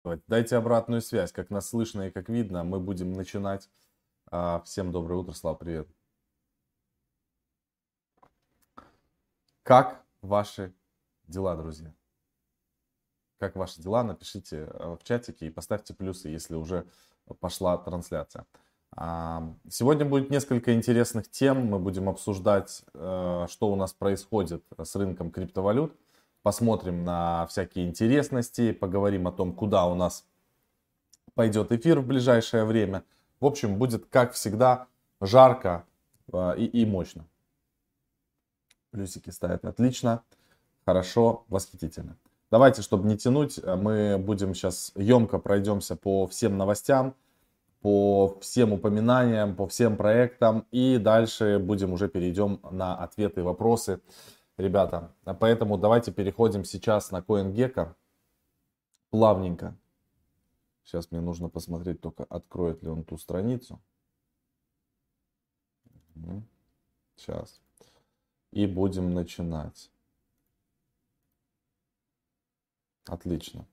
Дайте обратную связь, как нас слышно и как видно. Мы будем начинать. Всем доброе утро, Слава, привет. Как ваши дела, друзья? Как ваши дела? Напишите в чатике и поставьте плюсы, если уже пошла трансляция. Сегодня будет несколько интересных тем. Мы будем обсуждать, что у нас происходит с рынком криптовалют. Посмотрим на всякие интересности, поговорим о том, куда у нас пойдет эфир в ближайшее время. В общем, будет, как всегда, жарко и мощно. Плюсики ставят. Отлично, хорошо, восхитительно. Давайте, чтобы не тянуть, мы будем сейчас емко пройдемся по всем новостям, по всем упоминаниям, по всем проектам. И дальше уже перейдем на ответы и вопросы, ребята. Поэтому давайте переходим сейчас на CoinGecko плавненько. Сейчас мне нужно посмотреть, только откроет ли он ту страницу. Сейчас. И будем начинать. Отлично.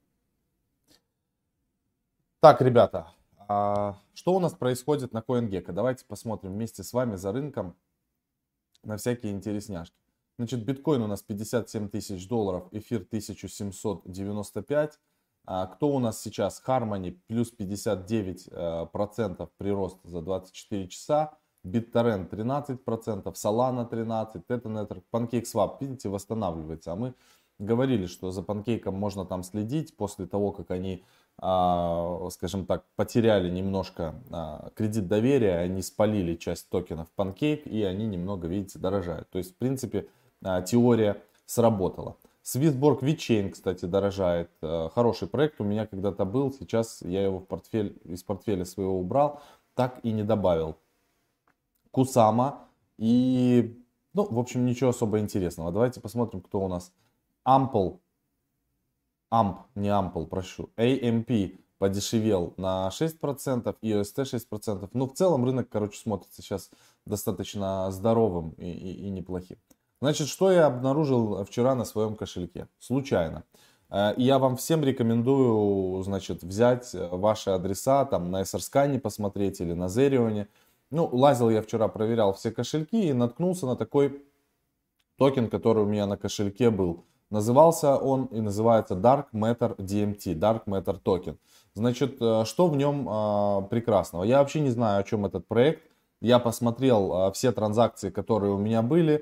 Так, ребята, что у нас происходит на CoinGecko? Давайте посмотрим вместе с вами за рынком на всякие интересняшки. Значит, биткоин у нас 57 тысяч долларов, эфир 1795. Кто у нас сейчас? Harmony плюс 59% прирост за 24 часа. BitTorrent 13%, Solana 13%, Tether, PancakeSwap, видите, восстанавливается. А мы говорили, что за панкейком можно там следить после того, как они, скажем так, потеряли немножко кредит доверия, они спалили часть токенов Pancake и они немного, видите, дорожают. То есть, в принципе, теория сработала. Swissborg VeChain, кстати, дорожает. Хороший проект у меня когда-то был, сейчас я его из портфеля своего убрал, так и не добавил. Kusama и, в общем, ничего особо интересного. Давайте посмотрим, кто у нас. AMP, AMP подешевел на 6%, UST 6%. В целом рынок, смотрится сейчас достаточно здоровым и неплохим. Значит, что я обнаружил вчера на своем кошельке? Случайно. И я вам всем рекомендую, значит, взять ваши адреса, там на SRScan посмотреть или на Zerion. Лазил я вчера, проверял все кошельки и наткнулся на такой токен, который у меня на кошельке был. Назывался он и называется Dark Matter DMT, Dark Matter Token. Значит, что в нем прекрасного? Я вообще не знаю, о чем этот проект. Я посмотрел все транзакции, которые у меня были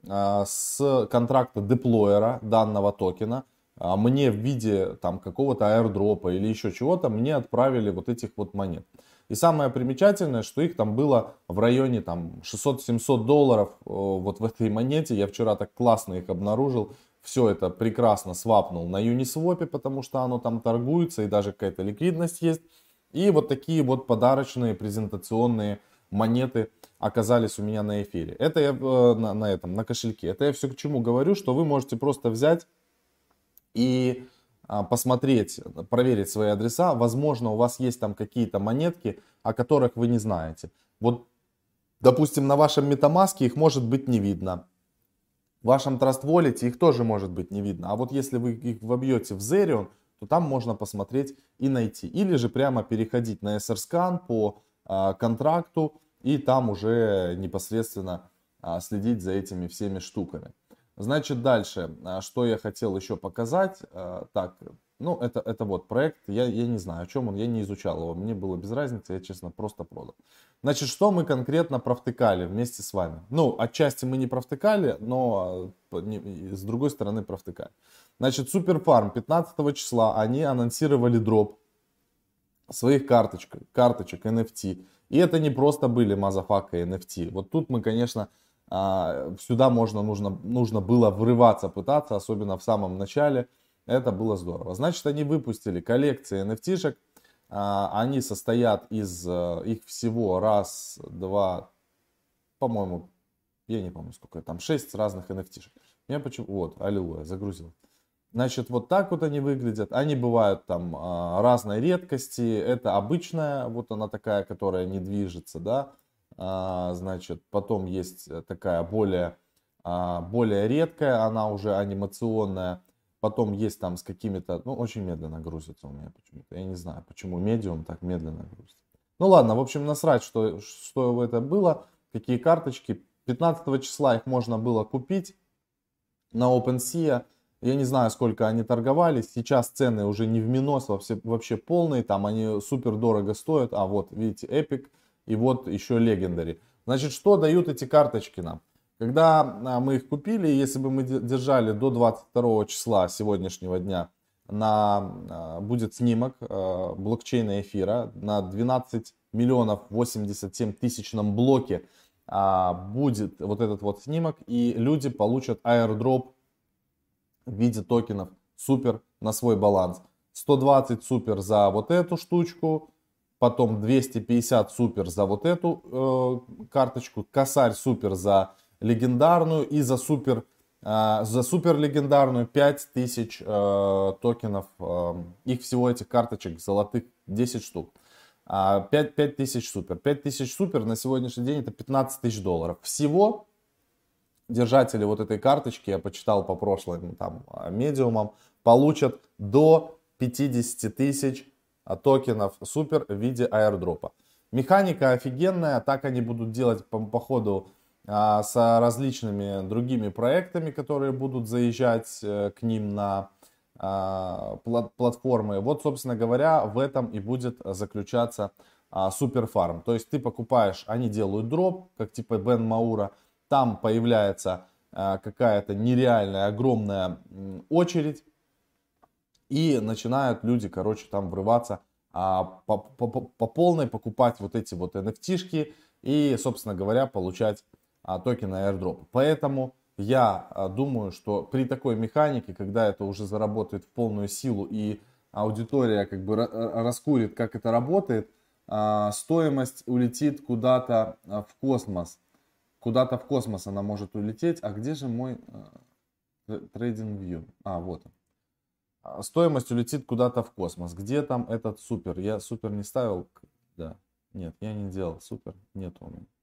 с контракта деплойера данного токена. Мне в виде там какого-то аирдропа или еще чего-то мне отправили вот этих вот монет. И самое примечательное, что их там было в районе там 600-700 долларов вот в этой монете. Я вчера так классно их обнаружил. Все это прекрасно свапнул на Uniswap, потому что оно там торгуется и даже какая-то ликвидность есть. И вот такие вот подарочные презентационные монеты оказались у меня на эфире. Это я на кошельке. Это я все к чему говорю, что вы можете просто взять и посмотреть, проверить свои адреса. Возможно, у вас есть там какие-то монетки, о которых вы не знаете. Вот, допустим, на вашем MetaMask их может быть не видно. В вашем Trust Wallet их тоже может быть не видно. А вот если вы их вобьете в Zerion, то там можно посмотреть и найти. Или же прямо переходить на SRScan по контракту и там уже непосредственно следить за этими всеми штуками. Значит, дальше, что я хотел еще показать. Так, это вот проект. Я не знаю, о чем он, я не изучал его. Мне было без разницы, я, честно, просто продал. Значит, что мы конкретно провтыкали вместе с вами? Отчасти мы не провтыкали, но с другой стороны провтыкали. Значит, Суперфарм 15 числа они анонсировали дроп своих карточек NFT. И это не просто были мазафака NFT. Вот тут мы, конечно, сюда нужно было врываться, пытаться, особенно в самом начале. Это было здорово. Значит, они выпустили коллекции NFT-шек. Они состоят из их всего раз, два, по-моему, я не помню сколько, там 6 разных NFT-шек. Вот, аллилуйя, загрузил. Значит, вот так вот они выглядят. Они бывают там разной редкости. Это обычная, вот она такая, которая не движется, да. Значит, потом есть такая более редкая, она уже анимационная. Потом есть там с какими-то, ну, очень медленно грузится у меня почему-то. Я не знаю, почему медиум так медленно грузится. Ну ладно, в общем, насрать, что это было, какие карточки. 15 числа их можно было купить на OpenSea. Я не знаю, сколько они торговались. Сейчас цены уже не в минус, вообще полные. Там они супер дорого стоят. А вот, видите, Epic и вот еще Legendary. Значит, что дают эти карточки нам? Когда мы их купили, если бы мы держали до 22 числа сегодняшнего дня, будет снимок блокчейна эфира на 12 миллионов 87 тысячном блоке. Будет вот этот вот снимок, и люди получат airdrop в виде токенов супер на свой баланс. 120 супер за вот эту штучку, потом 250 супер за вот эту карточку, косарь супер за легендарную и за супер легендарную 5000 токенов. Их всего этих карточек золотых 10 штук. 5000 супер. 5000 супер на сегодняшний день это 15 тысяч долларов. Всего держатели вот этой карточки, я почитал по прошлым там медиумам, получат до 50 тысяч токенов супер в виде аирдропа. Механика офигенная, так они будут делать по ходу с различными другими проектами, которые будут заезжать к ним на платформы. Вот, собственно говоря, в этом и будет заключаться суперфарм. То есть ты покупаешь, они делают дроп, как типа Бен Маура, там появляется какая-то нереальная огромная очередь, и начинают люди, короче, там врываться по полной, покупать вот эти вот NFT-шки и, собственно говоря, получать токены airdrop. Поэтому я думаю, что при такой механике, когда это уже заработает в полную силу и аудитория как бы раскурит, как это работает, стоимость улетит куда-то в космос. Куда-то в космос она может улететь. А где же мой TradingView? Вот он. Стоимость улетит куда-то в космос. Где там этот супер? Я супер не ставил. Да. Нет, я не делал супер. Нет у меня.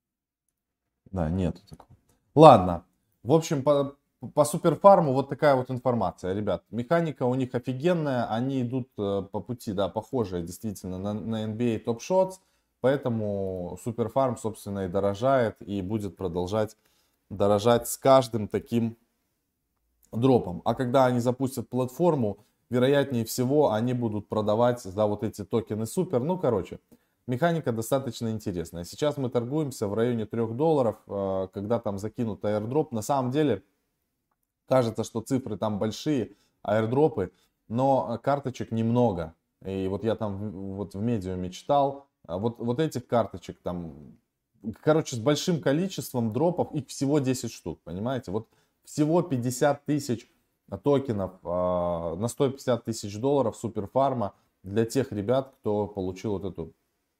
Да, нету такого. Ладно. В общем, по суперфарму вот такая вот информация, ребят. Механика у них офигенная. Они идут по пути, да, похожие действительно на NBA Top Shots. Поэтому суперфарм, собственно, и дорожает, и будет продолжать дорожать с каждым таким дропом. А когда они запустят платформу, вероятнее всего, они будут продавать за вот эти токены супер. Ну, короче, механика достаточно интересная. Сейчас мы торгуемся в районе $3, когда там закинут airdrop. На самом деле, кажется, что цифры там большие, airdropы, но карточек немного. И вот я там вот в медиуме читал, вот этих карточек там, короче, с большим количеством дропов, их всего 10 штук, понимаете? Вот всего 50 тысяч токенов на 150 тысяч долларов суперфарма для тех ребят, кто получил вот эту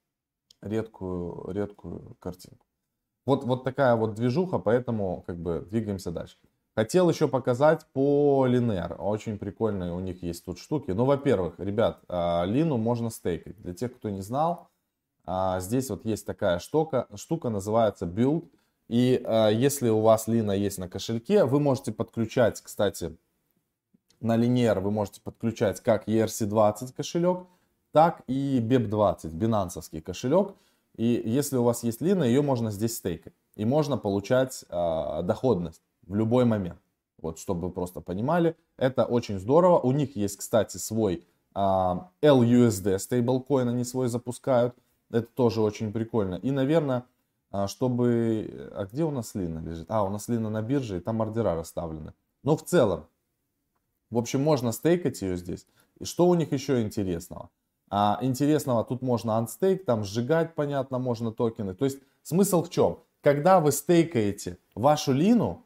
редкую картинку. Вот такая вот движуха, поэтому как бы двигаемся дальше. Хотел еще показать по Liner. Очень прикольные у них есть тут штуки. Ну, во-первых, ребят, Лину можно стейкать. Для тех, кто не знал, здесь вот есть такая штука называется Build. И если у вас Лина есть на кошельке, вы можете подключать, кстати, на Liner вы можете подключать как ERC20 кошелек, так и BEP20, бинансовский кошелек. И если у вас есть Лина, ее можно здесь стейкать. И можно получать доходность в любой момент. Вот, чтобы вы просто понимали, это очень здорово. У них есть, кстати, свой LUSD стейблкоин, они свой запускают. Это тоже очень прикольно. И, наверное, чтобы... А где у нас Лина лежит? У нас Лина на бирже, и там ордера расставлены. Но в целом, в общем, можно стейкать ее здесь. И что у них еще интересного? Интересного, тут можно анстейк, там сжигать, понятно, можно токены. То есть смысл в чем? Когда вы стейкаете вашу Лину,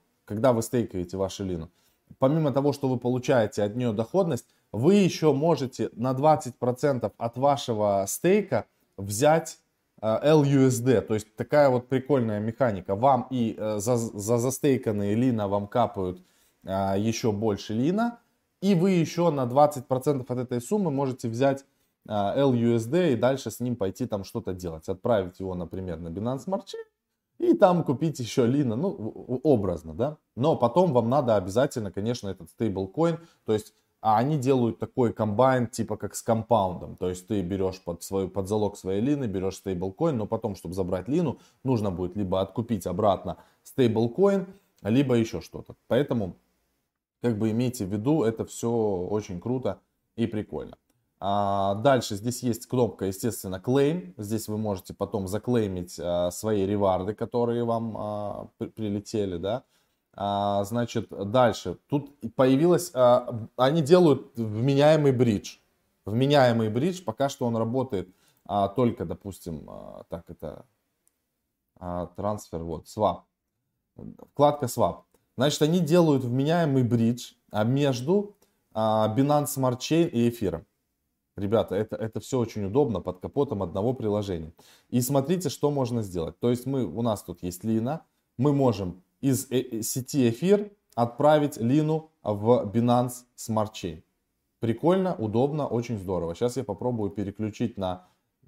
помимо того, что вы получаете от нее доходность, вы еще можете на 20% от вашего стейка взять LUSD. То есть такая вот прикольная механика. Вам и за застейканные Лина вам капают еще больше Лина. И вы еще на 20% от этой суммы можете взять LUSD и дальше с ним пойти там что-то делать. Отправить его, например, на Binance Smart Chain и там купить еще лина, ну, образно, да. Но потом вам надо обязательно, конечно, этот стейблкоин, то есть они делают такой комбайн, типа как с компаундом, то есть ты берешь под залог своей лины, берешь стейблкоин, но потом, чтобы забрать лину, нужно будет либо откупить обратно стейблкоин, либо еще что-то. Поэтому, как бы имейте в виду, это все очень круто и прикольно. Дальше здесь есть кнопка, естественно, claim. Здесь вы можете потом заклеймить свои реварды, которые вам прилетели, да. Значит, дальше. Тут появилось, они делают вменяемый бридж. Вменяемый бридж, пока что он работает только, допустим, так это, трансфер, вот, swap. Вкладка swap. Значит, они делают вменяемый бридж между Binance Smart Chain и эфиром. Ребята, это все очень удобно под капотом одного приложения. И смотрите, что можно сделать. То есть у нас тут есть лина. Мы можем из сети эфир отправить лину в Binance Smart Chain. Прикольно, удобно, очень здорово. Сейчас я попробую переключить на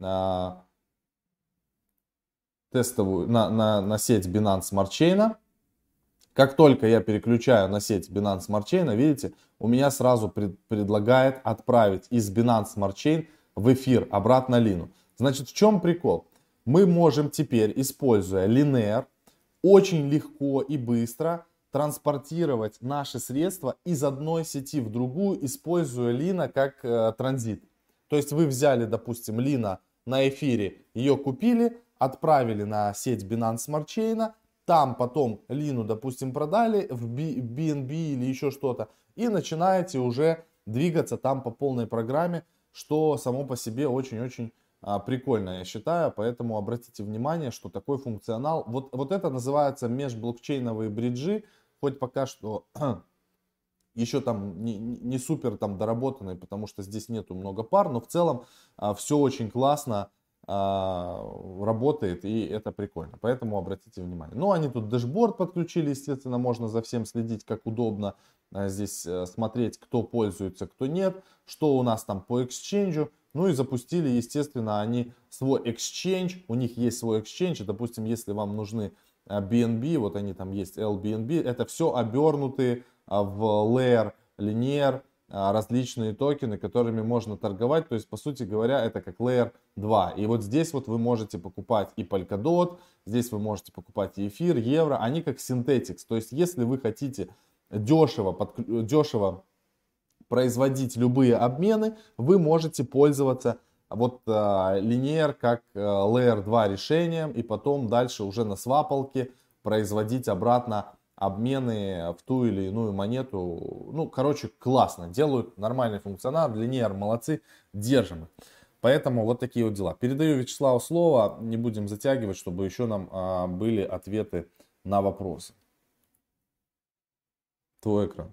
тестовую, на сеть Binance Smart Chain. Как только я переключаю на сеть Binance Smart Chain, видите, у меня сразу предлагает отправить из Binance Smart Chain в эфир обратно лину. Значит, в чем прикол? Мы можем теперь, используя Linear, очень легко и быстро транспортировать наши средства из одной сети в другую, используя лина как транзит. То есть вы взяли, допустим, лина на эфире, ее купили, отправили на сеть Binance Smart Chain, там потом лину, допустим, продали в BNB или еще что-то, и начинаете уже двигаться там по полной программе, что само по себе очень-очень прикольно, я считаю. Поэтому обратите внимание, что такой функционал, вот это называется межблокчейновые бриджи, хоть пока что еще там не супер там доработанный, потому что здесь нету много пар, но в целом все очень классно работает, и это прикольно, поэтому обратите внимание. Ну, они тут дэшборд подключили, естественно, можно за всем следить, как удобно здесь смотреть, кто пользуется, кто нет, что у нас там по эксченджу. Ну и запустили, естественно, они свой exchange, у них есть свой exchange, допустим, если вам нужны BNB, вот они там есть LBNB, это все обернутые в Layer, Linear, различные токены, которыми можно торговать. То есть, по сути говоря, это как Layer 2. И вот здесь вот вы можете покупать и Polkadot, здесь вы можете покупать и эфир, евро. Они как Synthetix. То есть, если вы хотите дешево производить любые обмены, вы можете пользоваться вот Linear как Layer 2 решением. И потом дальше уже на свапалке производить обратно обмены в ту или иную монету. Ну, короче, классно. Делают нормальный функционал. Linear молодцы. Держим их. Поэтому вот такие вот дела. Передаю Вячеславу слово. Не будем затягивать, чтобы еще нам были ответы на вопросы. Твой экран.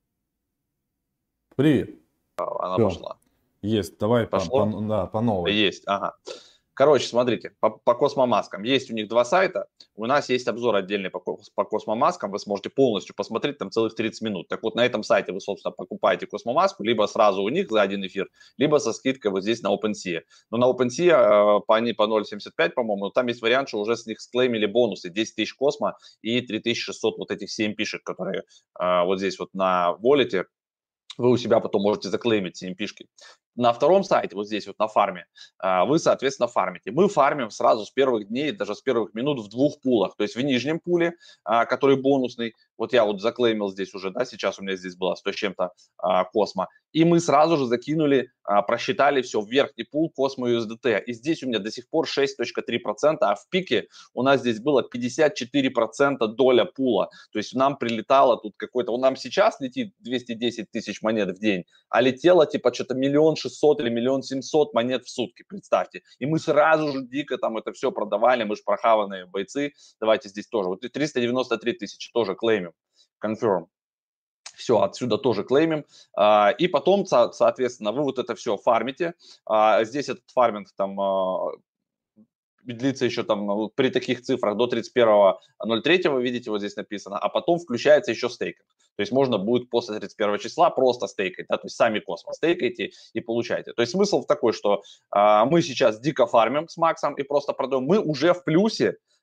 Привет. Она Всё. пошла. Есть. Давай по новой. Есть, ага. Короче, смотрите, по космомаскам. Есть у них два сайта. У нас есть обзор отдельный по космомаскам. Вы сможете полностью посмотреть, там целых 30 минут. Так вот, на этом сайте вы, собственно, покупаете космомаску, либо сразу у них за один эфир, либо со скидкой вот здесь на OpenSea. Но на OpenSea они по 0.75, по-моему, там есть вариант, что уже с них склеймили бонусы 10 тысяч космо и 3600 вот этих CMP-шек, которые вот здесь вот на волете вы у себя потом можете заклеймить CMP-шки. На втором сайте, вот здесь вот на фарме, вы, соответственно, фармите. Мы фармим сразу с первых дней, даже с первых минут в двух пулах. То есть в нижнем пуле, который бонусный, вот я вот заклеймил здесь уже, да, сейчас у меня здесь было 100 с чем-то космо. И мы сразу же закинули, просчитали все в верхний пул Cosmo USDT. И здесь у меня до сих пор 6.3%, а в пике у нас здесь было 54% доля пула. То есть нам прилетало тут какой-то, нам сейчас летит 210 тысяч монет в день, а летело типа что-то 1 600 000 или 1 700 000 монет в сутки, представьте. И мы сразу же дико там это все продавали, мы же прохаванные бойцы. Давайте здесь тоже. Вот 393 тысячи тоже клеймим. Confirm. Все, отсюда тоже клеймим. И потом, соответственно, вы вот это все фармите. Здесь этот фарминг там длится еще там при таких цифрах до 31.03, видите, вот здесь написано, а потом включается еще стейкинг. То есть можно будет после 31 числа просто стейкать, да, то есть сами космос стейкайте и получайте. То есть смысл в такой, что мы сейчас дико фармим с Максом и просто продаем. Мы уже в плюсе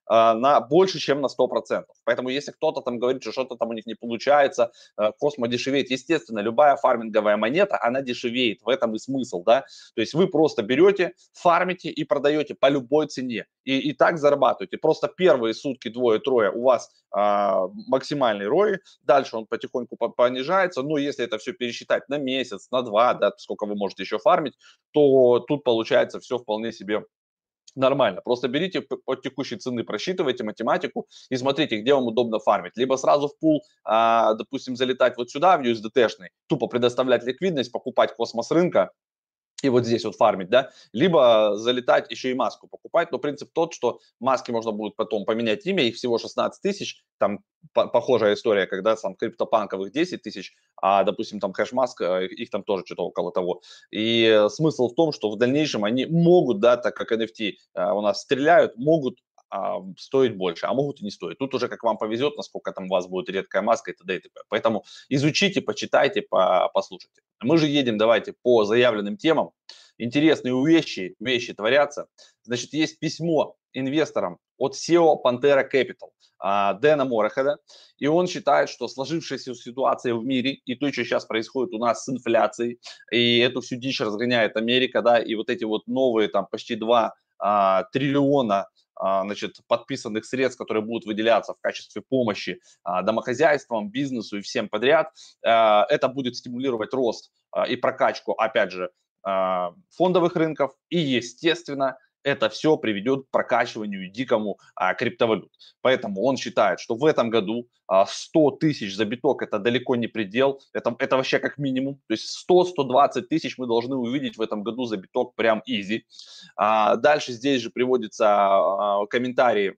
на больше, чем на 100%. Поэтому если кто-то там говорит, что что-то там у них не получается, Космо дешевеет, естественно, любая фарминговая монета, она дешевеет, в этом и смысл, да. То есть вы просто берете, фармите и продаете по любой цене. И так зарабатываете. Просто первые сутки, двое-трое у вас максимальный ROI, дальше он потихоньку понижается, но если это все пересчитать на месяц, на два, да, сколько вы можете еще фармить, то тут получается все вполне себе нормально. Просто берите от текущей цены, просчитывайте математику и смотрите, где вам удобно фармить. Либо сразу в пул, допустим, залетать вот сюда, в USDT-шный, тупо предоставлять ликвидность, покупать космос рынка, и вот здесь вот фармить, да, либо залетать еще и маску покупать, но принцип тот, что маски можно будет потом поменять имя, их всего 16 тысяч, там похожая история, когда там криптопанковых 10 тысяч, а, допустим, там хэшмаск, их там тоже что-то около того. И смысл в том, что в дальнейшем они могут, да, так как NFT у нас стреляют, могут стоить больше, а могут и не стоить. Тут уже как вам повезет, насколько там у вас будет редкая маска и т.д. и т.п. Поэтому изучите, почитайте, послушайте. Мы же едем, давайте, по заявленным темам. Интересные вещи творятся. Значит, есть письмо инвесторам от SEO Pantera Capital Дэна Морехеда, и он считает, что сложившаяся ситуация в мире и то, что сейчас происходит у нас с инфляцией, и эту всю дичь разгоняет Америка, да, и вот эти вот новые там почти 2 триллиона значит, подписанных средств, которые будут выделяться в качестве помощи домохозяйствам, бизнесу и всем подряд, это будет стимулировать рост и прокачку, опять же, фондовых рынков, и, естественно, это все приведет к прокачиванию дикому криптовалют. Поэтому он считает, что в этом году 100 тысяч за биток это далеко не предел, это вообще как минимум. То есть 100-120 тысяч мы должны увидеть в этом году за биток прям изи. Дальше здесь же приводится комментарии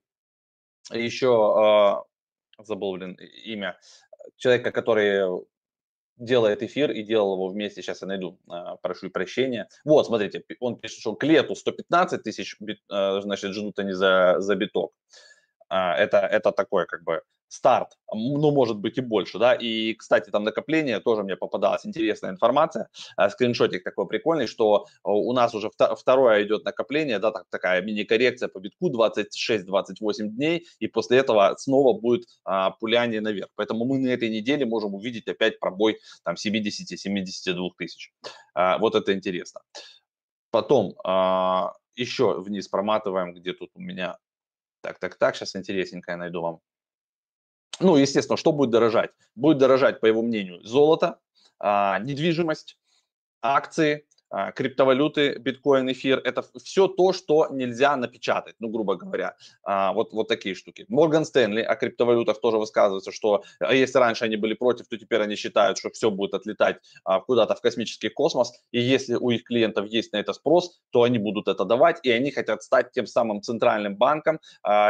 еще, забыл, имя человека, который делает эфир и делал его вместе, сейчас я найду, прошу прощения. Вот, смотрите, он пишет, что к лету 115 тысяч, значит, ждут они за биток. Это такой как бы старт, ну, может быть и больше, да, и, кстати, там накопление, тоже мне попадалась интересная информация, скриншотик такой прикольный, что у нас уже второе идет накопление, да, такая мини-коррекция по битку 26-28 дней, и после этого снова будет пуляние наверх, поэтому мы на этой неделе можем увидеть опять пробой там 70-72 тысяч, вот это интересно. Потом еще вниз проматываем, где тут у меня, так, сейчас интересненькое найду вам. Ну, естественно, что будет дорожать? Будет дорожать, по его мнению, золото, недвижимость, акции, криптовалюты, биткоин, эфир. Это все то, что нельзя напечатать, ну, грубо говоря. Вот такие штуки. Морган Стэнли о криптовалютах тоже высказывается, что если раньше они были против, то теперь они считают, что все будет отлетать куда-то в космический космос. И если у их клиентов есть на это спрос, то они будут это давать. И они хотят стать тем самым центральным банком,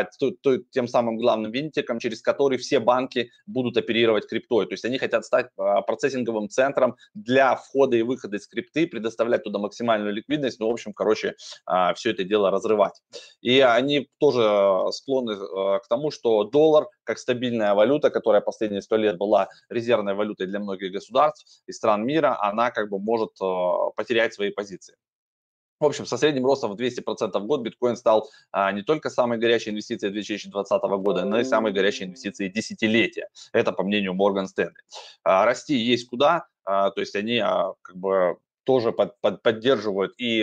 тем самым главным винтиком, через который все банки будут оперировать криптой. То есть они хотят стать процессинговым центром для входа и выхода из крипты, предоставлять туда максимальную ликвидность, ну, в общем, короче, все это дело разрывать. И они тоже склонны к тому, что доллар, как стабильная валюта, которая последние 100 лет была резервной валютой для многих государств и стран мира, она как бы может потерять свои позиции. В общем, со средним ростом в 200% в год биткоин стал не только самой горячей инвестицией 2020 года, но и самой горячей инвестицией десятилетия. Это по мнению Морган Стэнли. Расти есть куда, то есть они как бы тоже поддерживают и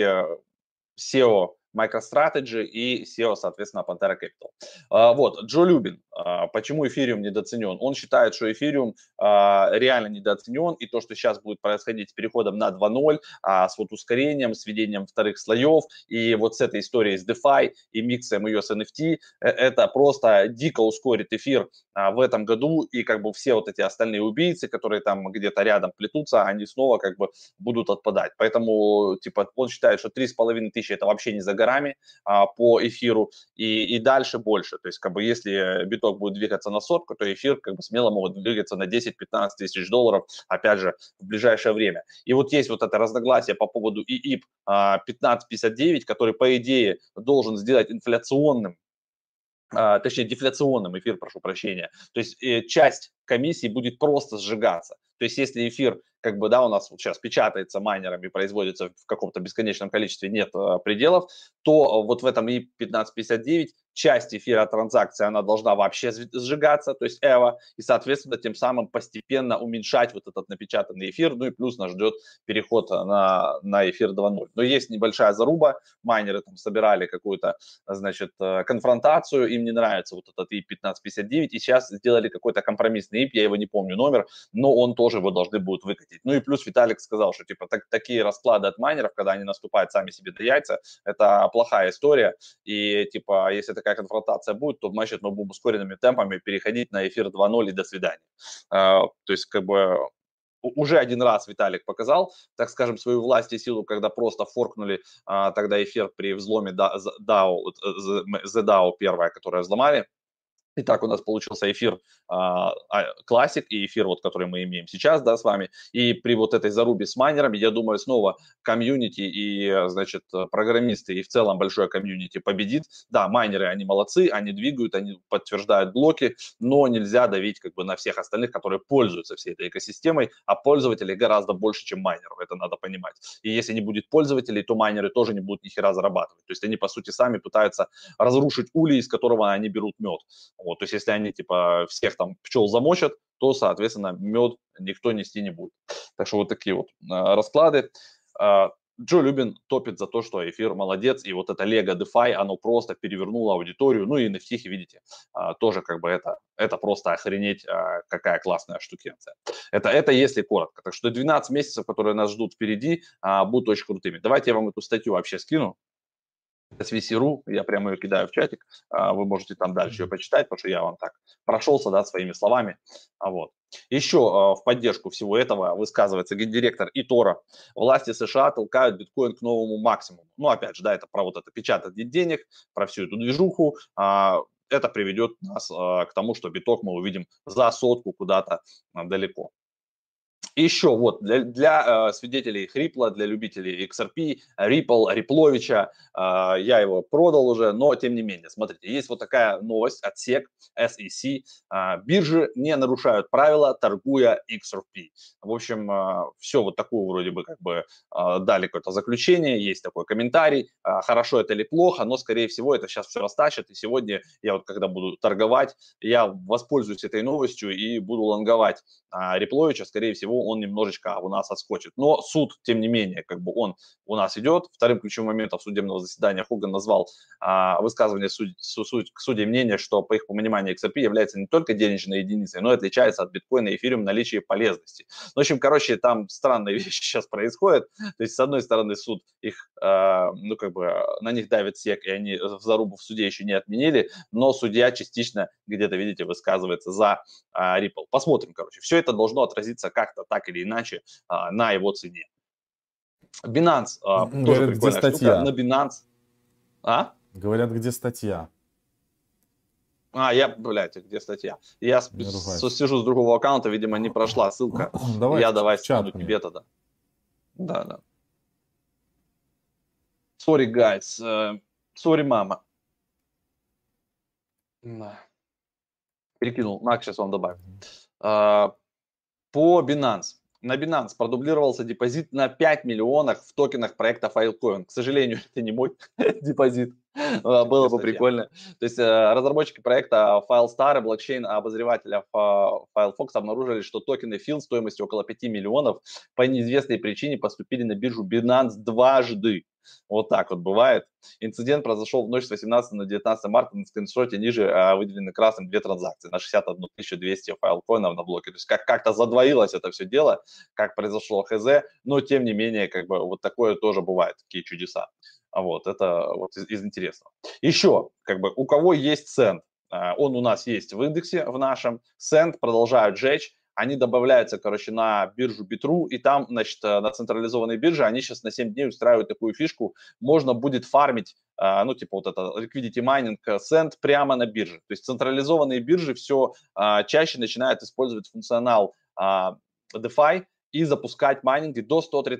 SEO MicroStrategy и SEO, соответственно, Pantera Capital. Вот, Джо Любин. Почему эфириум недооценен? Он считает, что эфириум реально недооценен, и то, что сейчас будет происходить с переходом на 2.0, с вот ускорением, с введением вторых слоев, и вот с этой историей с DeFi и миксом ее с NFT, это просто дико ускорит эфир в этом году, и как бы все вот эти остальные убийцы, которые там где-то рядом плетутся, они снова как бы будут отпадать. Поэтому, типа, он считает, что 3500 это вообще не за горами по эфиру, и дальше больше. То есть, как бы, если биток будет двигаться на сотку, то эфир как бы смело могут двигаться на 10-15 тысяч долларов, опять же, в ближайшее время. И вот есть вот это разногласие по поводу ИИП 1559, который, по идее, должен сделать инфляционным, точнее, дефляционным эфир, прошу прощения. То есть часть комиссии будет просто сжигаться. То есть если эфир как бы, да, у нас вот сейчас печатается майнерами, производится в каком-то бесконечном количестве, нет пределов, то вот в этом И1559 часть эфира транзакции, она должна вообще сжигаться, то есть EVA, и, соответственно, тем самым постепенно уменьшать вот этот напечатанный эфир, ну и плюс нас ждет переход на эфир 2.0. Но есть небольшая заруба, майнеры там собирали какую-то, значит, конфронтацию, им не нравится вот этот IP1559, и сейчас сделали какой-то компромиссный IP, я его не помню номер, но он тоже его должны будут выкатить. Ну и плюс Виталик сказал, что типа такие расклады от майнеров, когда они наступают сами себе до яйца, это плохая история, и типа если такая конфронтация будет, то значит мы будем ускоренными темпами переходить на эфир 2.0 и до свидания. То есть как бы уже один раз Виталик показал, так скажем, свою власть и силу, когда просто форкнули тогда эфир при взломе DAO, ZDAO первое, которое взломали. Итак, у нас получился эфир классик и эфир, вот, который мы имеем сейчас, да, с вами. И при вот этой зарубе с майнерами, я думаю, снова комьюнити и, значит, программисты и в целом большое комьюнити победит. Да, майнеры, они молодцы, они двигают, они подтверждают блоки, но нельзя давить как бы на всех остальных, которые пользуются всей этой экосистемой, а пользователей гораздо больше, чем майнеров, это надо понимать. И если не будет пользователей, то майнеры тоже не будут ни хера зарабатывать. То есть они, по сути, сами пытаются разрушить улей, из которого они берут мед. Вот, то есть если они типа всех там пчел замочат, то, соответственно, мед никто нести не будет. Так что вот такие вот расклады. Джо Любин топит за то, что эфир молодец, и вот это Lego DeFi, оно просто перевернуло аудиторию, ну и NFT, видите, тоже как бы это просто охренеть, какая классная штукенция. Это если коротко. Так что 12 месяцев, которые нас ждут впереди, будут очень крутыми. Давайте я вам эту статью вообще скину. SVC.ru, я прямо ее кидаю в чатик, вы можете там дальше ее почитать, потому что я вам так прошелся, да, своими словами, вот. Еще в поддержку всего этого высказывается гендиректор ИТОРа. Власти США толкают биткоин к новому максимуму. Ну, опять же, да, это про вот это печатание денег, про всю эту движуху. Это приведет нас к тому, что биток мы увидим за сотку куда-то далеко. И еще вот для свидетелей Хрипла, для любителей XRP, Ripple, Рипловича, я его продал уже, но тем не менее, смотрите, есть вот такая новость от SEC, SEC, биржи не нарушают правила, торгуя XRP. В общем, все вот такое вроде бы как бы дали какое-то заключение, есть такой комментарий, хорошо это или плохо, но скорее всего это сейчас все растащат, и сегодня я вот когда буду торговать, я воспользуюсь этой новостью и буду лонговать Рипловича, скорее всего, он немножечко у нас отскочит. Но суд, тем не менее, как бы он у нас идет. Вторым ключевым моментом судебного заседания Хоган назвал высказывание к судье мнение, что, по их пониманию, XRP является не только денежной единицей, но и отличается от биткоина и эфириум наличием полезности. В общем, короче, там странные вещи сейчас происходят. То есть, с одной стороны, суд их, ну, как бы, на них давит SEC, и они в зарубу в суде еще не отменили, но судья частично где-то, видите, высказывается за Ripple. Посмотрим, короче. Все это должно отразиться как-то так или иначе на его цене. Binance тоже Говорят, где прикольная штука. статья? На Binance. Говорят, где статья? Где статья? Я сижу с другого аккаунта, видимо, не прошла ссылка. Давай скину тебе тогда. Да. Sorry, guys. Sorry, мама. Перекинул. Мак сейчас вам добавит. По Binance. На Binance продублировался депозит на 5 миллионов в токенах проекта Filecoin. К сожалению, это не мой депозит. Было бы прикольно. То есть разработчики проекта FileStar и блокчейн-обозревателя Filefox обнаружили, что токены Field стоимостью около 5 миллионов по неизвестной причине поступили на биржу Binance дважды. Вот так вот бывает. Инцидент произошел в ночь с 18 на 19 марта. На скриншоте ниже выделены красным 2 транзакции на 61 200 файлкоинов на блоке. То есть как-то задвоилось это все дело, как произошло хз, но тем не менее как бы вот такое тоже бывает, такие чудеса. Вот, это вот из интересного. Еще, как бы, у кого есть Send, он у нас есть в индексе в нашем, Send продолжают жечь, они добавляются, короче, на биржу Bitrue, и там, значит, на централизованной бирже они сейчас на 7 дней устраивают такую фишку, можно будет фармить, ну, типа вот это liquidity mining Send прямо на бирже. То есть централизованные биржи все чаще начинают использовать функционал DeFi, и запускать майнинги до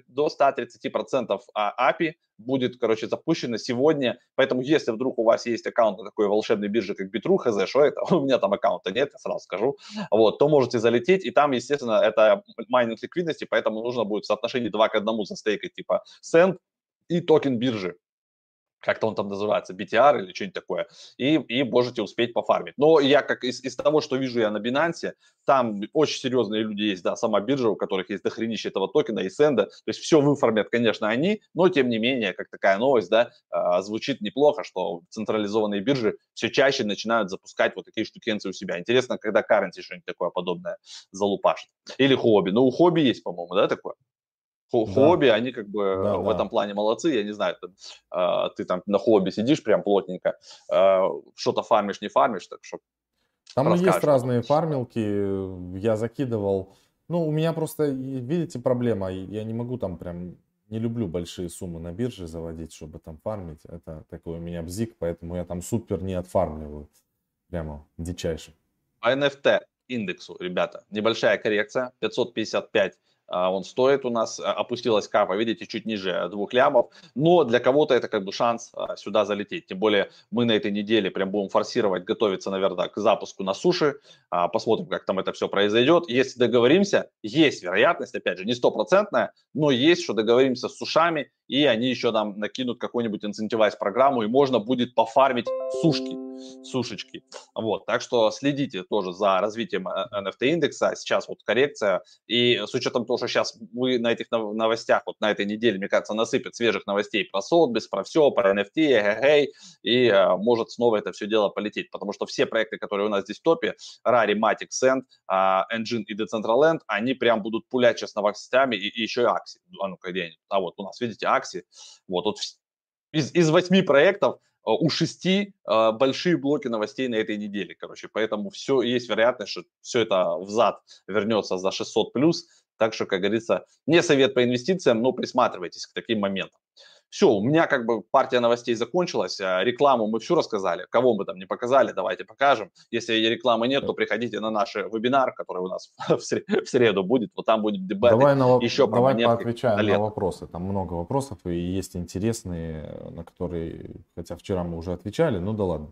130% API будет, короче, запущено сегодня. Поэтому, если вдруг у вас есть аккаунт на такой волшебной бирже, как Bitrue, хз, что это, у меня там аккаунта нет, я сразу скажу, вот, то можете залететь, и там, естественно, это майнинг ликвидности, поэтому нужно будет в соотношении 2 к 1 застейкать, типа, сент и токен биржи. Как-то он там называется, BTR или что-нибудь такое, и можете успеть пофармить. Но я как из того, что вижу я на Binance, там очень серьезные люди есть, да, сама биржа, у которых есть дохренище этого токена и сенда, то есть все выфармят, конечно, они, но тем не менее, как такая новость, да, звучит неплохо, что централизованные биржи все чаще начинают запускать вот такие штукенцы у себя. Интересно, когда Currency что-нибудь такое подобное залупашит. Или Huobi, ну у Huobi есть, по-моему, да, такое? Да, Хобби, они как бы да, в этом да. плане молодцы, я не знаю, ты там на хобби сидишь прям плотненько, что-то фармишь, не фармишь, так что Там и есть расскажешь потом. разные фармилки, я закидывал. Ну, у меня просто, видите, проблема, я не могу там прям, не люблю большие суммы на бирже заводить, чтобы там фармить. Это такой у меня бзик, поэтому я там супер не отфармливаю. Прямо дичайше. По NFT индексу, ребята, небольшая коррекция, 555 он стоит у нас, опустилась капа, видите, чуть ниже 2 лямов, но для кого-то это как бы шанс сюда залететь, тем более мы на этой неделе прям будем форсировать, готовиться, наверное, к запуску на суше, посмотрим, как там это все произойдет, если договоримся, есть вероятность, опять же, не стопроцентная, но есть, что договоримся с сушами, и они еще нам накинут какую-нибудь инцентивайз программу, и можно будет пофармить сушечки. Вот, так что следите тоже за развитием NFT индекса. Сейчас вот коррекция. И с учетом того, что сейчас вы на этих новостях, вот на этой неделе, мне кажется, насыпят свежих новостей про Sotheby's, про все, про NFT, и может снова это все дело полететь. Потому что все проекты, которые у нас здесь в топе, Rari, Matic, Send, Engine и Decentraland, они прям будут пулять сейчас новостями и еще и Axie. А ну-ка, где они? А вот у нас, видите, Axie. Вот из 8 проектов у 6 большие блоки новостей на этой неделе, короче. Поэтому все, есть вероятность, что все это взад вернется за 600 плюс. Так что, как говорится, не совет по инвестициям, но присматривайтесь к таким моментам. Все, у меня как бы партия новостей закончилась. Рекламу мы всю рассказали. Кого мы там не показали, давайте покажем. Если рекламы нет, то приходите на наш вебинар, который у нас в среду будет. Вот там будет дебаты еще про Давай монетки на поотвечаем на лето. вопросы. Там много вопросов и есть интересные, на которые, хотя вчера мы уже отвечали, ну да ладно.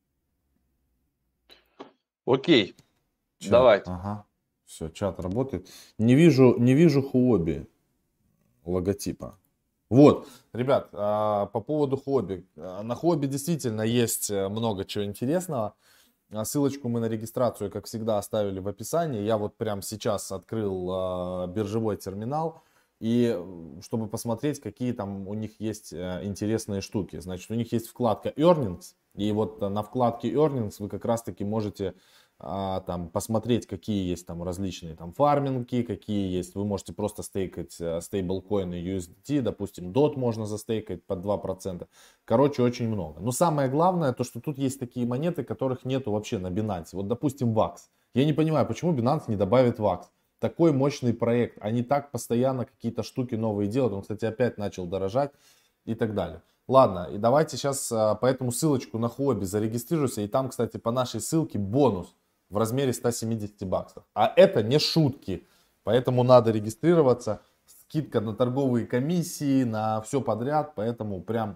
Окей, Чат, давайте. ага, все, чат работает. Не вижу Huobi логотипа. Вот, ребят, по поводу хобби. На хобби действительно есть много чего интересного. Ссылочку мы на регистрацию, как всегда, оставили в описании. Я вот прямо сейчас открыл биржевой терминал. И чтобы посмотреть, какие там у них есть интересные штуки. Значит, у них есть вкладка Earnings. И вот на вкладке Earnings вы как раз-таки можете там посмотреть, какие есть там различные там фарминги, какие есть. Вы можете просто стейкать стейблкоины USDT, допустим, DOT можно застейкать под 2%. Короче, очень много. Но самое главное, то, что тут есть такие монеты, которых нету вообще на Binance. Вот, допустим, VAX. Я не понимаю, почему Binance не добавит VAX. Такой мощный проект. Они так постоянно какие-то штуки новые делают. Он, кстати, опять начал дорожать и так далее. Ладно, и давайте сейчас по этому ссылочку на хобби зарегистрируйся. И там, кстати, по нашей ссылке бонус в размере 170 баксов. А это не шутки. Поэтому надо регистрироваться. Скидка на торговые комиссии, на все подряд. Поэтому прям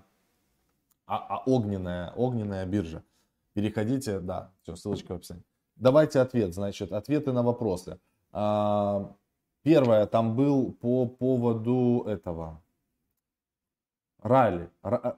огненная биржа. Переходите, да, все, ссылочка в описании. Давайте ответ, значит, ответы на вопросы. Первое, там был по поводу этого. Ралли.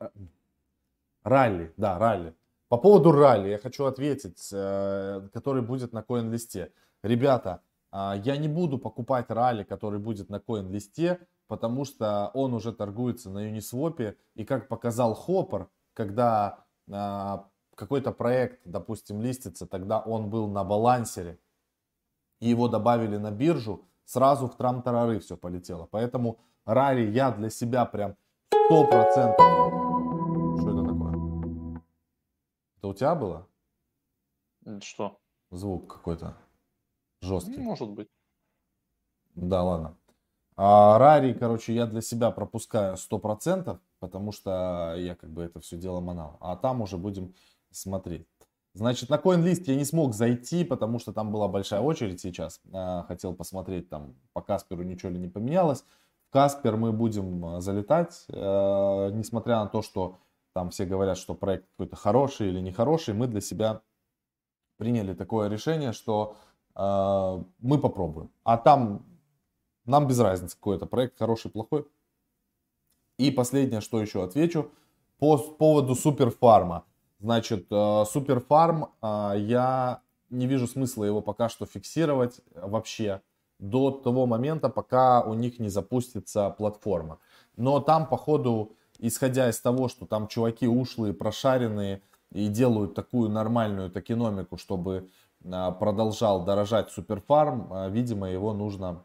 Ралли. По поводу ралли я хочу ответить, который будет на CoinList'е. Ребята, я не буду покупать ралли, который будет на CoinList'е, потому что он уже торгуется на Uniswap. И как показал Хоппер, когда какой-то проект, допустим, листится, тогда он был на балансере, и его добавили на биржу, сразу в трам-тарары все полетело. Поэтому ралли я для себя прям 100%. Что это такое? Это у тебя было? Что? Звук какой-то жесткий. Может быть. Да, ладно. Рари, короче, я для себя пропускаю 100%, потому что я как бы это все дело манал. А там уже будем смотреть. Значит, на CoinList я не смог зайти, потому что там была большая очередь сейчас. Хотел посмотреть, там по Касперу ничего ли не поменялось. В Каспер мы будем залетать, несмотря на то, что там все говорят, что проект какой-то хороший или нехороший, мы для себя приняли такое решение, что мы попробуем. А там нам без разницы, какой это проект, хороший, плохой. И последнее, что еще отвечу, по поводу Суперфарма. Значит, Суперфарм, я не вижу смысла его пока что фиксировать вообще до того момента, пока у них не запустится платформа. Но там, походу, исходя из того, что там чуваки ушлые, прошаренные и делают такую нормальную токеномику, чтобы продолжал дорожать Суперфарм, видимо, его нужно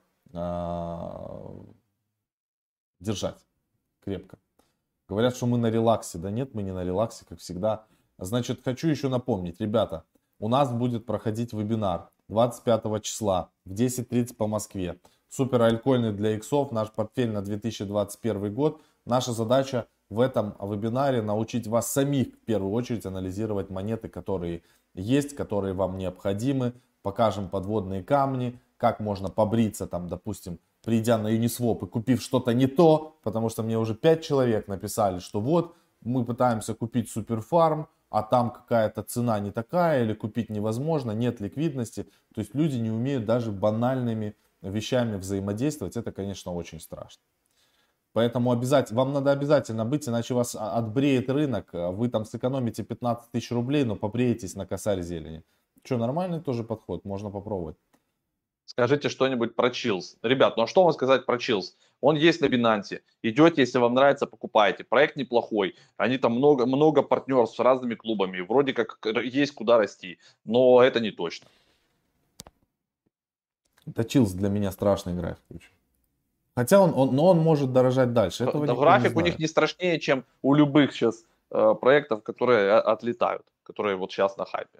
держать крепко. Говорят, что мы на релаксе. Да нет, мы не на релаксе, как всегда. Значит, хочу еще напомнить, ребята, у нас будет проходить вебинар 25 числа в 10:30 по Москве. Супер альткоины для иксов, наш портфель на 2021 год. Наша задача в этом вебинаре научить вас самих в первую очередь анализировать монеты, которые есть, которые вам необходимы. Покажем подводные камни, как можно побриться там, допустим, придя на Uniswap и купив что-то не то, потому что мне уже 5 человек написали, что вот мы пытаемся купить Суперфарм, а там какая-то цена не такая или купить невозможно, нет ликвидности. То есть люди не умеют даже банальными вещами взаимодействовать. Это, конечно, очень страшно. Поэтому вам надо обязательно быть, иначе вас отбреет рынок. Вы там сэкономите 15 тысяч рублей, но побреетесь на косарь зелени. Что, нормальный тоже подход, можно попробовать. Скажите что-нибудь про Chills. Ребят, ну а что вам сказать про Chills? Он есть на Binance. Идете, если вам нравится, покупайте. Проект неплохой. Они там много партнерств с разными клубами. Вроде как есть куда расти. Но это не точно. Это Chills для меня страшный график. Хотя он может дорожать дальше. Этого никто График не у них знает. не страшнее, чем у любых сейчас проектов, которые отлетают. Которые вот сейчас на хайпе.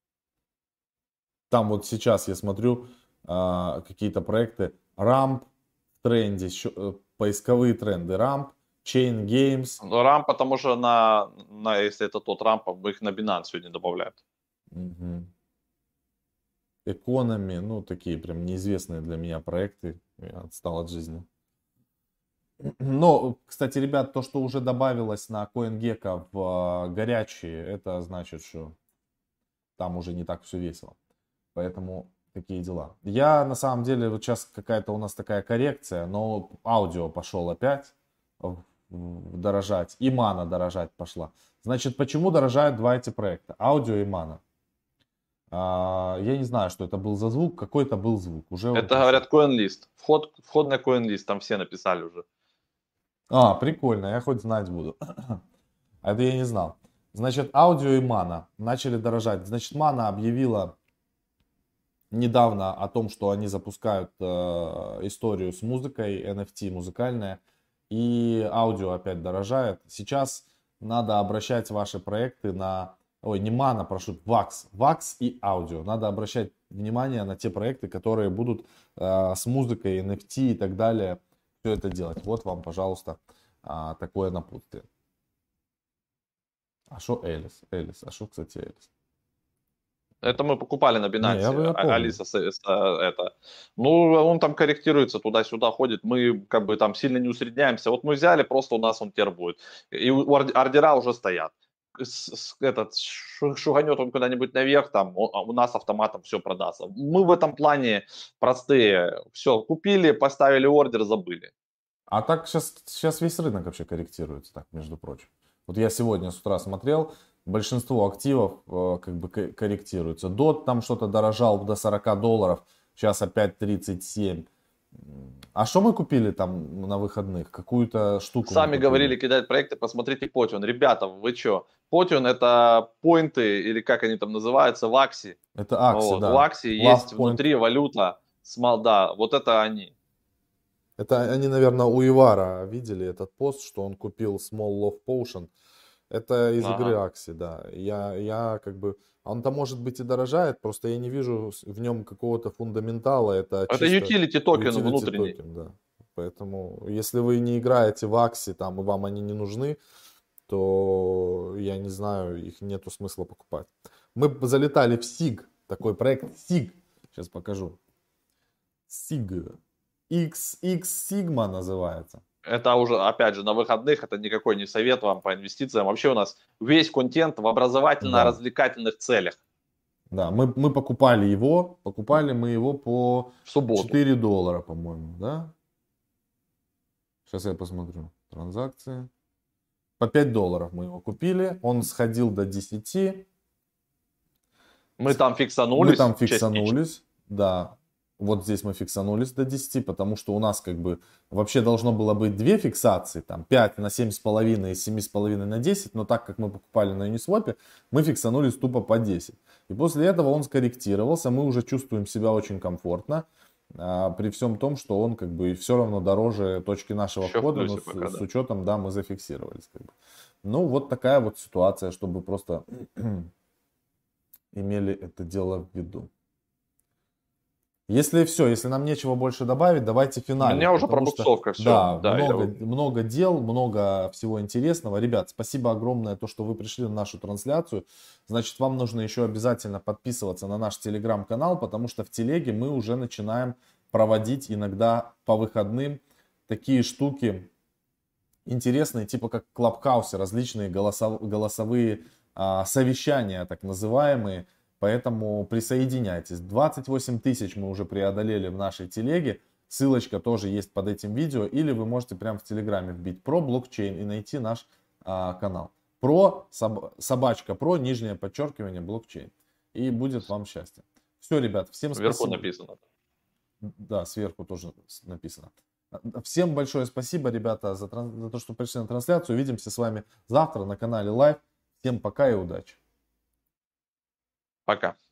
Там вот сейчас я смотрю какие-то проекты. Ramp в тренде, поисковые тренды. Ramp, Chain Games. Рамп, потому что если это тот рамп, их на Binance сегодня добавляют. Угу. Economy, ну такие прям неизвестные для меня проекты. Я отстал от жизни. Но, кстати, ребят, то, что уже добавилось на CoinGecko в горячие, это значит, что там уже не так все весело. Поэтому такие дела. Я на самом деле, вот сейчас какая-то у нас такая коррекция, но аудио пошел опять дорожать, и мана дорожать пошла. Значит, почему дорожают два эти проекта? Аудио и мана. Я не знаю, что это был за звук, какой-то был звук. Уже Это говорят CoinList. Вход на CoinList, там все написали уже. Прикольно, я хоть знать буду. А это я не знал. Значит, аудио и мана начали дорожать. Значит, мана объявила недавно о том, что они запускают историю с музыкой, NFT музыкальная, и аудио опять дорожает. Сейчас надо обращать ваши проекты на... Ой, не мана, прошу, Wax и аудио. Надо обращать внимание на те проекты, которые будут с музыкой, NFT и так далее все это делать. Вот вам, пожалуйста, такое напутствие. А что Элис? А что, кстати, Элис? Это мы покупали на Не, я Binance. помню. Алиса, это. Ну, он там корректируется, туда-сюда ходит. Мы как бы там сильно не усредняемся. Вот мы взяли, просто у нас он теперь будет. И ордера уже стоят. Шуганет он куда-нибудь наверх, там у нас автоматом все продастся. Мы в этом плане простые. Все, купили, поставили ордер, забыли. А так сейчас весь рынок вообще корректируется, так, между прочим. Вот я сегодня с утра смотрел, большинство активов как бы корректируется. DOT там что-то дорожал до $40, сейчас опять 37. А что мы купили там на выходных? Какую-то штуку. Сами говорили кидать проекты, посмотрите Potion. Ребята, вы что? Potion это поинты, или как они там называются, в Axie. Это Axie, Вот. да. У Axie есть внутри валюта, да, вот это они. Это они, наверное, у Ивара видели этот пост, что он купил Small Love Potion. Это из игры Axie, да. Я как бы... Он-то может быть и дорожает, просто я не вижу в нем какого-то фундаментала. Это utility токен внутренний. Токен, да. Поэтому, если вы не играете в Axie, там, и вам они не нужны, то, я не знаю, их нету смысла покупать. Мы залетали в СИГ, такой проект СИГ. Сейчас покажу. СИГ. X Sigma называется. Это уже, опять же, на выходных, это никакой не совет вам по инвестициям. Вообще у нас весь контент в образовательно-развлекательных целях. Да, мы покупали мы его по В субботу. 4 доллара, по-моему, да? Сейчас я посмотрю. Транзакции. По 5 долларов мы его купили. Он сходил до 10. Мы там фиксанулись. Да. Вот здесь мы фиксанулись до 10, потому что у нас как бы вообще должно было быть 2 фиксации, там 5 на 7,5 и 7,5 на 10, но так как мы покупали на Uniswap, мы фиксанулись тупо по 10. И после этого он скорректировался, мы уже чувствуем себя очень комфортно, при всем том, что он как бы все равно дороже точки нашего входа, но с учетом, да, мы зафиксировались. Как бы. Ну, вот такая вот ситуация, чтобы просто имели это дело в виду. Если все, если нам нечего больше добавить, давайте финально. У меня уже пробуксовка, все. Да, много дел, много всего интересного. Ребят, спасибо огромное, то, что вы пришли на нашу трансляцию. Значит, вам нужно еще обязательно подписываться на наш телеграм-канал, потому что в телеге мы уже начинаем проводить иногда по выходным такие штуки интересные, типа как в Клабхаусе, различные голосовые совещания, так называемые. Поэтому присоединяйтесь. 28 тысяч мы уже преодолели в нашей телеге. Ссылочка тоже есть под этим видео. Или вы можете прямо в телеграме вбить про блокчейн и найти наш канал. Про собачка про нижнее подчеркивание блокчейн. И будет вам счастье. Все, ребят, всем спасибо. Сверху написано. Да, сверху тоже написано. Всем большое спасибо, ребята, за то, что пришли на трансляцию. Увидимся с вами завтра на канале Live. Всем пока и удачи. Пока.